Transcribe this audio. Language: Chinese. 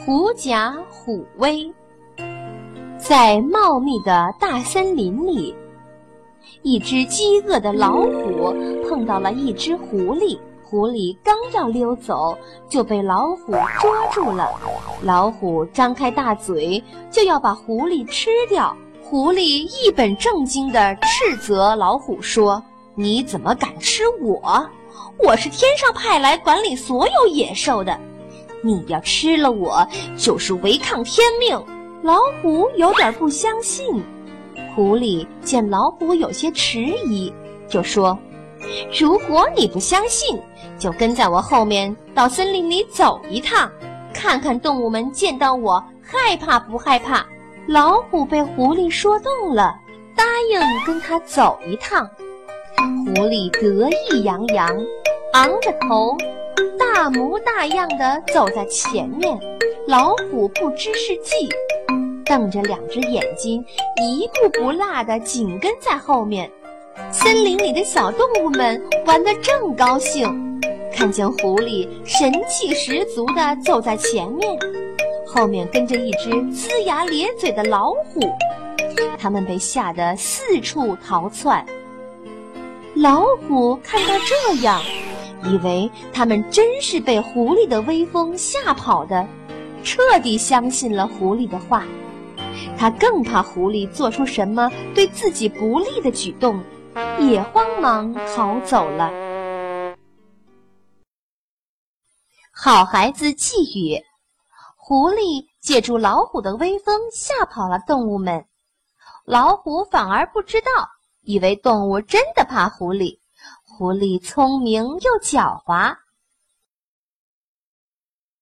狐假虎威。在茂密的大森林里，一只饥饿的老虎碰到了一只狐狸，狐狸刚要溜走，就被老虎捉住了。老虎张开大嘴，就要把狐狸吃掉。狐狸一本正经地斥责老虎说：“你怎么敢吃我？我是天上派来管理所有野兽的，你要吃了我，就是违抗天命。”老虎有点不相信，狐狸见老虎有些迟疑，就说：“如果你不相信，就跟在我后面到森林里走一趟，看看动物们见到我害怕不害怕。”老虎被狐狸说动了，答应跟他走一趟。狐狸得意洋洋，昂着头，大模大样地走在前面，老虎不知是计，瞪着两只眼睛，一步不落地紧跟在后面。森林里的小动物们玩得正高兴，看见狐狸神气十足地走在前面，后面跟着一只龇牙咧嘴的老虎，它们被吓得四处逃窜。老虎看到这样，以为他们真是被狐狸的威风吓跑的，彻底相信了狐狸的话。他更怕狐狸做出什么对自己不利的举动，也慌忙逃走了。好孩子寄语：狐狸借助老虎的威风吓跑了动物们，老虎反而不知道，以为动物真的怕狐狸。狐狸聪明又狡猾，